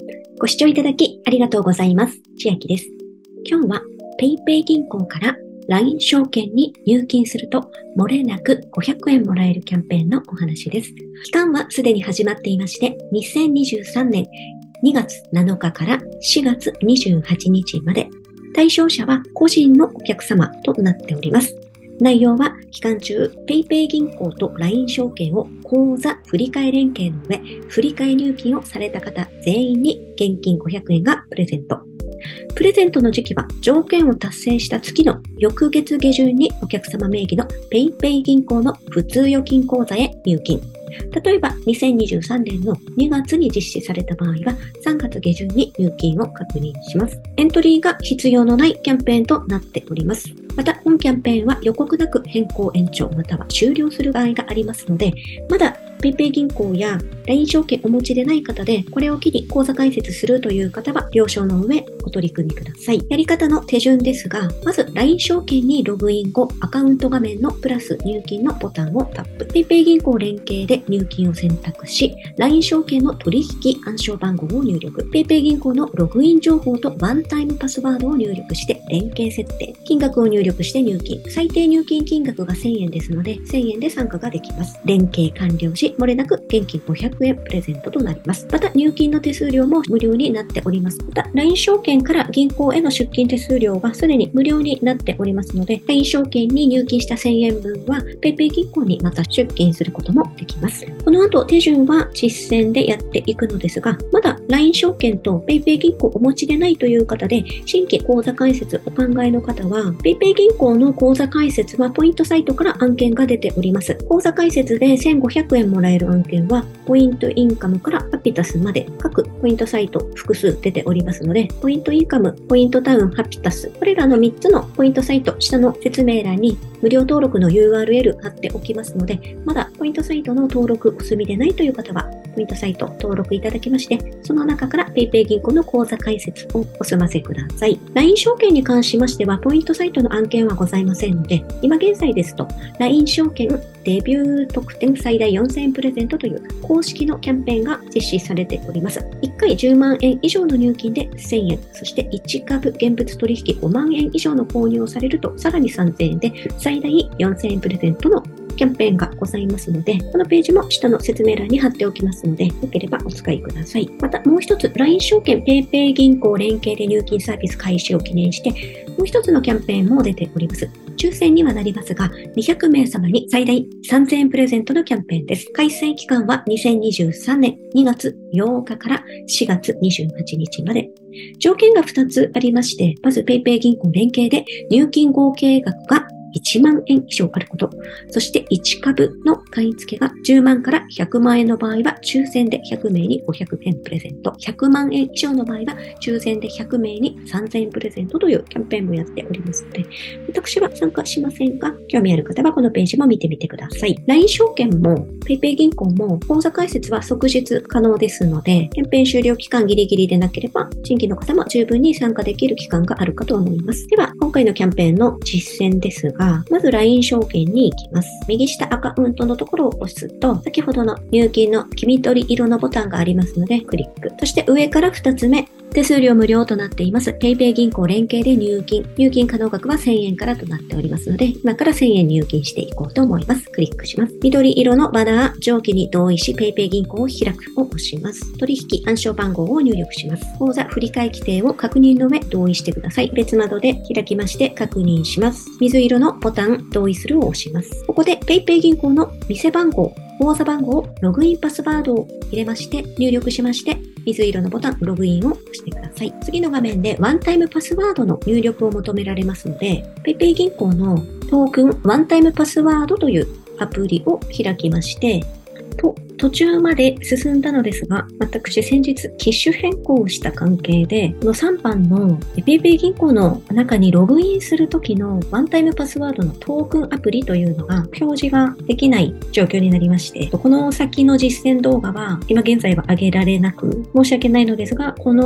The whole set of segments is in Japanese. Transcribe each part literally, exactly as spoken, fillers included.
ご視聴いただきありがとうございます。千秋です。今日は PayPay 銀行から ライン 証券に入金すると漏れなくごひゃくえんもらえるキャンペーンのお話です。期間はすでに始まっていまして、にせんにじゅうさんねんにがつなのかからしがつにじゅうはちにちまで、対象者は個人のお客様となっております。内容は期間中 PayPay 銀行と ライン 証券を口座振替連携の上、振替入金をされた方全員に現金ごひゃくえんがプレゼント。プレゼントの時期は条件を達成した月の翌月下旬にお客様名義の PayPay 銀行の普通預金口座へ入金。例えばにせんにじゅうさんねんのにがつに実施された場合はさんがつ下旬に入金を確認します。エントリーが必要のないキャンペーンとなっております。また本キャンペーンは予告なく変更延長または終了する場合がありますので、まだ PayPay 銀行や ライン 証券お持ちでない方で、これを機に口座開設するという方は了承の上お取り組みください。やり方の手順ですが、まず ライン 証券にログイン後、アカウント画面のプラス入金のボタンをタップ。PayPay 銀行連携で入金を選択し、ライン 証券の取引暗証番号を入力。PayPay 銀行のログイン情報とワンタイムパスワードを入力して連携設定。金額を入力して入金。最低入金金額がせんえんですので、せんえんで参加ができます。連携完了し、漏れなく現金ごひゃくえんプレゼントとなります。また入金の手数料も無料になっております。また ライン 証券から銀行への出金手数料がすでに無料になっておりますので、ライン 証券に入金したせんえんぶんは PayPay 銀行にまた出金することもできます。この後手順は実践でやっていくのですが、まだ ライン 証券と PayPay 銀行お持ちでないという方で、新規口座開設お考えの方は PayPay 銀行の口座開設はポイントサイトから案件が出ております。口座開設でせんごひゃくえんもらえる案件はポイントインカムからハピタスまで各ポイントサイト複数出ておりますので、ポイントインカム、ポイントタウン、ハピタス、これらのみっつのポイントサイト、下の説明欄に無料登録の ユーアールエル 貼っておきますので、まだポイントサイトの登録お済みでないという方は、ポイントサイト登録いただきまして、その中から PayPay 銀行の口座開設をお済ませください。ライン 証券に関しましては、ポイントサイトの案件はございませんので、今現在ですと、ライン 証券デビュー特典最大よんせんえんプレゼントという公式のキャンペーンが実施されております。いっかいじゅうまんえん以上の入金でせんえん、そしていちかぶ現物取引ごまんえん以上の購入をされると、さらにさんぜんえんで最大よんせんえんプレゼントのキャンペーンがございますので、このページも下の説明欄に貼っておきますので、よければお使いください。またもう一つ、ライン 証券 PayPay 銀行連携で入金サービス開始を記念して、もう一つのキャンペーンも出ております。抽選にはなりますが、にひゃくめいさまに最大さんぜんえんプレゼントのキャンペーンです。開催期間はにせんにじゅうさんねんにがつようかからしがつにじゅうはちにちまで。条件がふたつありまして、まず PayPay 銀行連携で入金合計額がいちまんえん以上あること。そしていちかぶの買い付けがじゅうまんからひゃくまんえんの場合は抽選でひゃくめいにごひゃくえんプレゼント。ひゃくまんえん以上の場合は抽選でひゃくめいにさんぜんえんプレゼントというキャンペーンもやっておりますので、私は参加しませんが、興味ある方はこのページも見てみてください。ライン 証券も PayPay 銀行も口座開設は即日可能ですので、キャンペーン終了期間ギリギリでなければ、新規の方も十分に参加できる期間があるかと思います。では、今回のキャンペーンの実践ですが、まず ライン 証券に行きます。右下アカウントのところを押すと、先ほどの入金の黄緑色のボタンがありますので、クリック。そして上からふたつめ、手数料無料となっています PayPay 銀行連携で入金。入金可能額はせんえんからとなっておりますので、今からせんえん入金していこうと思います。クリックします。緑色のバナー、上記に同意し PayPay 銀行を開くを押します。取引暗証番号を入力します。口座振替規定を確認の上同意してください。別窓で開きまして確認します。水色のボタン、同意するを押します。ここで PayPay 銀行の店番号、口座番号、ログインパスワードを入れまして、入力しまして、水色のボタン、ログインを押してください。次の画面でワンタイムパスワードの入力を求められますので、PayPay 銀行のトークンワンタイムパスワードというアプリを開きまして、と途中まで進んだのですが、私先日機種変更をした関係で、このさんばんの PayPay 銀行の中にログインするときのワンタイムパスワードのトークンアプリというのが表示ができない状況になりまして、この先の実践動画は今現在は上げられなく申し訳ないのですが、この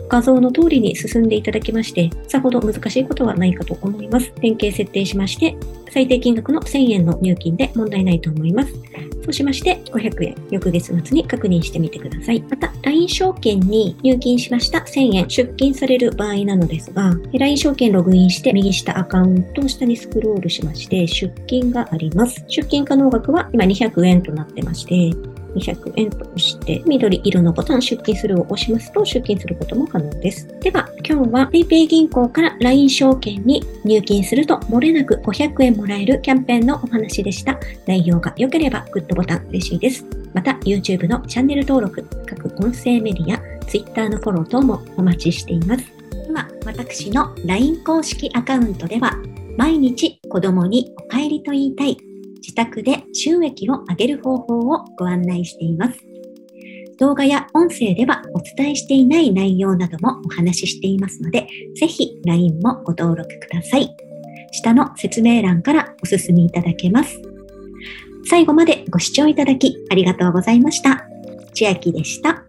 画像の通りに進んでいただきまして、さほど難しいことはないかと思います。連携設定しまして、最低金額のせんえんの入金で問題ないと思います。そうしまして、ごひゃくえん、翌月末に確認してみてください。また、ライン 証券に入金しましたせんえん、出金される場合なのですが、ライン 証券ログインして、右下アカウントを下にスクロールしまして、出金があります。出金可能額は今にひゃくえんとなってまして、にひゃくえんと押して、緑色のボタン出金するを押しますと出金することも可能です。では、今日は PayPay 銀行から ライン 証券に入金すると漏れなくごひゃくえんもらえるキャンペーンのお話でした。内容が良ければグッドボタン嬉しいです。また YouTube のチャンネル登録、各音声メディア、Twitter のフォロー等もお待ちしています。今、私の ライン 公式アカウントでは、毎日子供にお帰りと言いたい、自宅で収益を上げる方法をご案内しています。動画や音声ではお伝えしていない内容などもお話ししていますので、ぜひ ライン もご登録ください。下の説明欄からお進みいただけます。最後までご視聴いただきありがとうございました。千秋でした。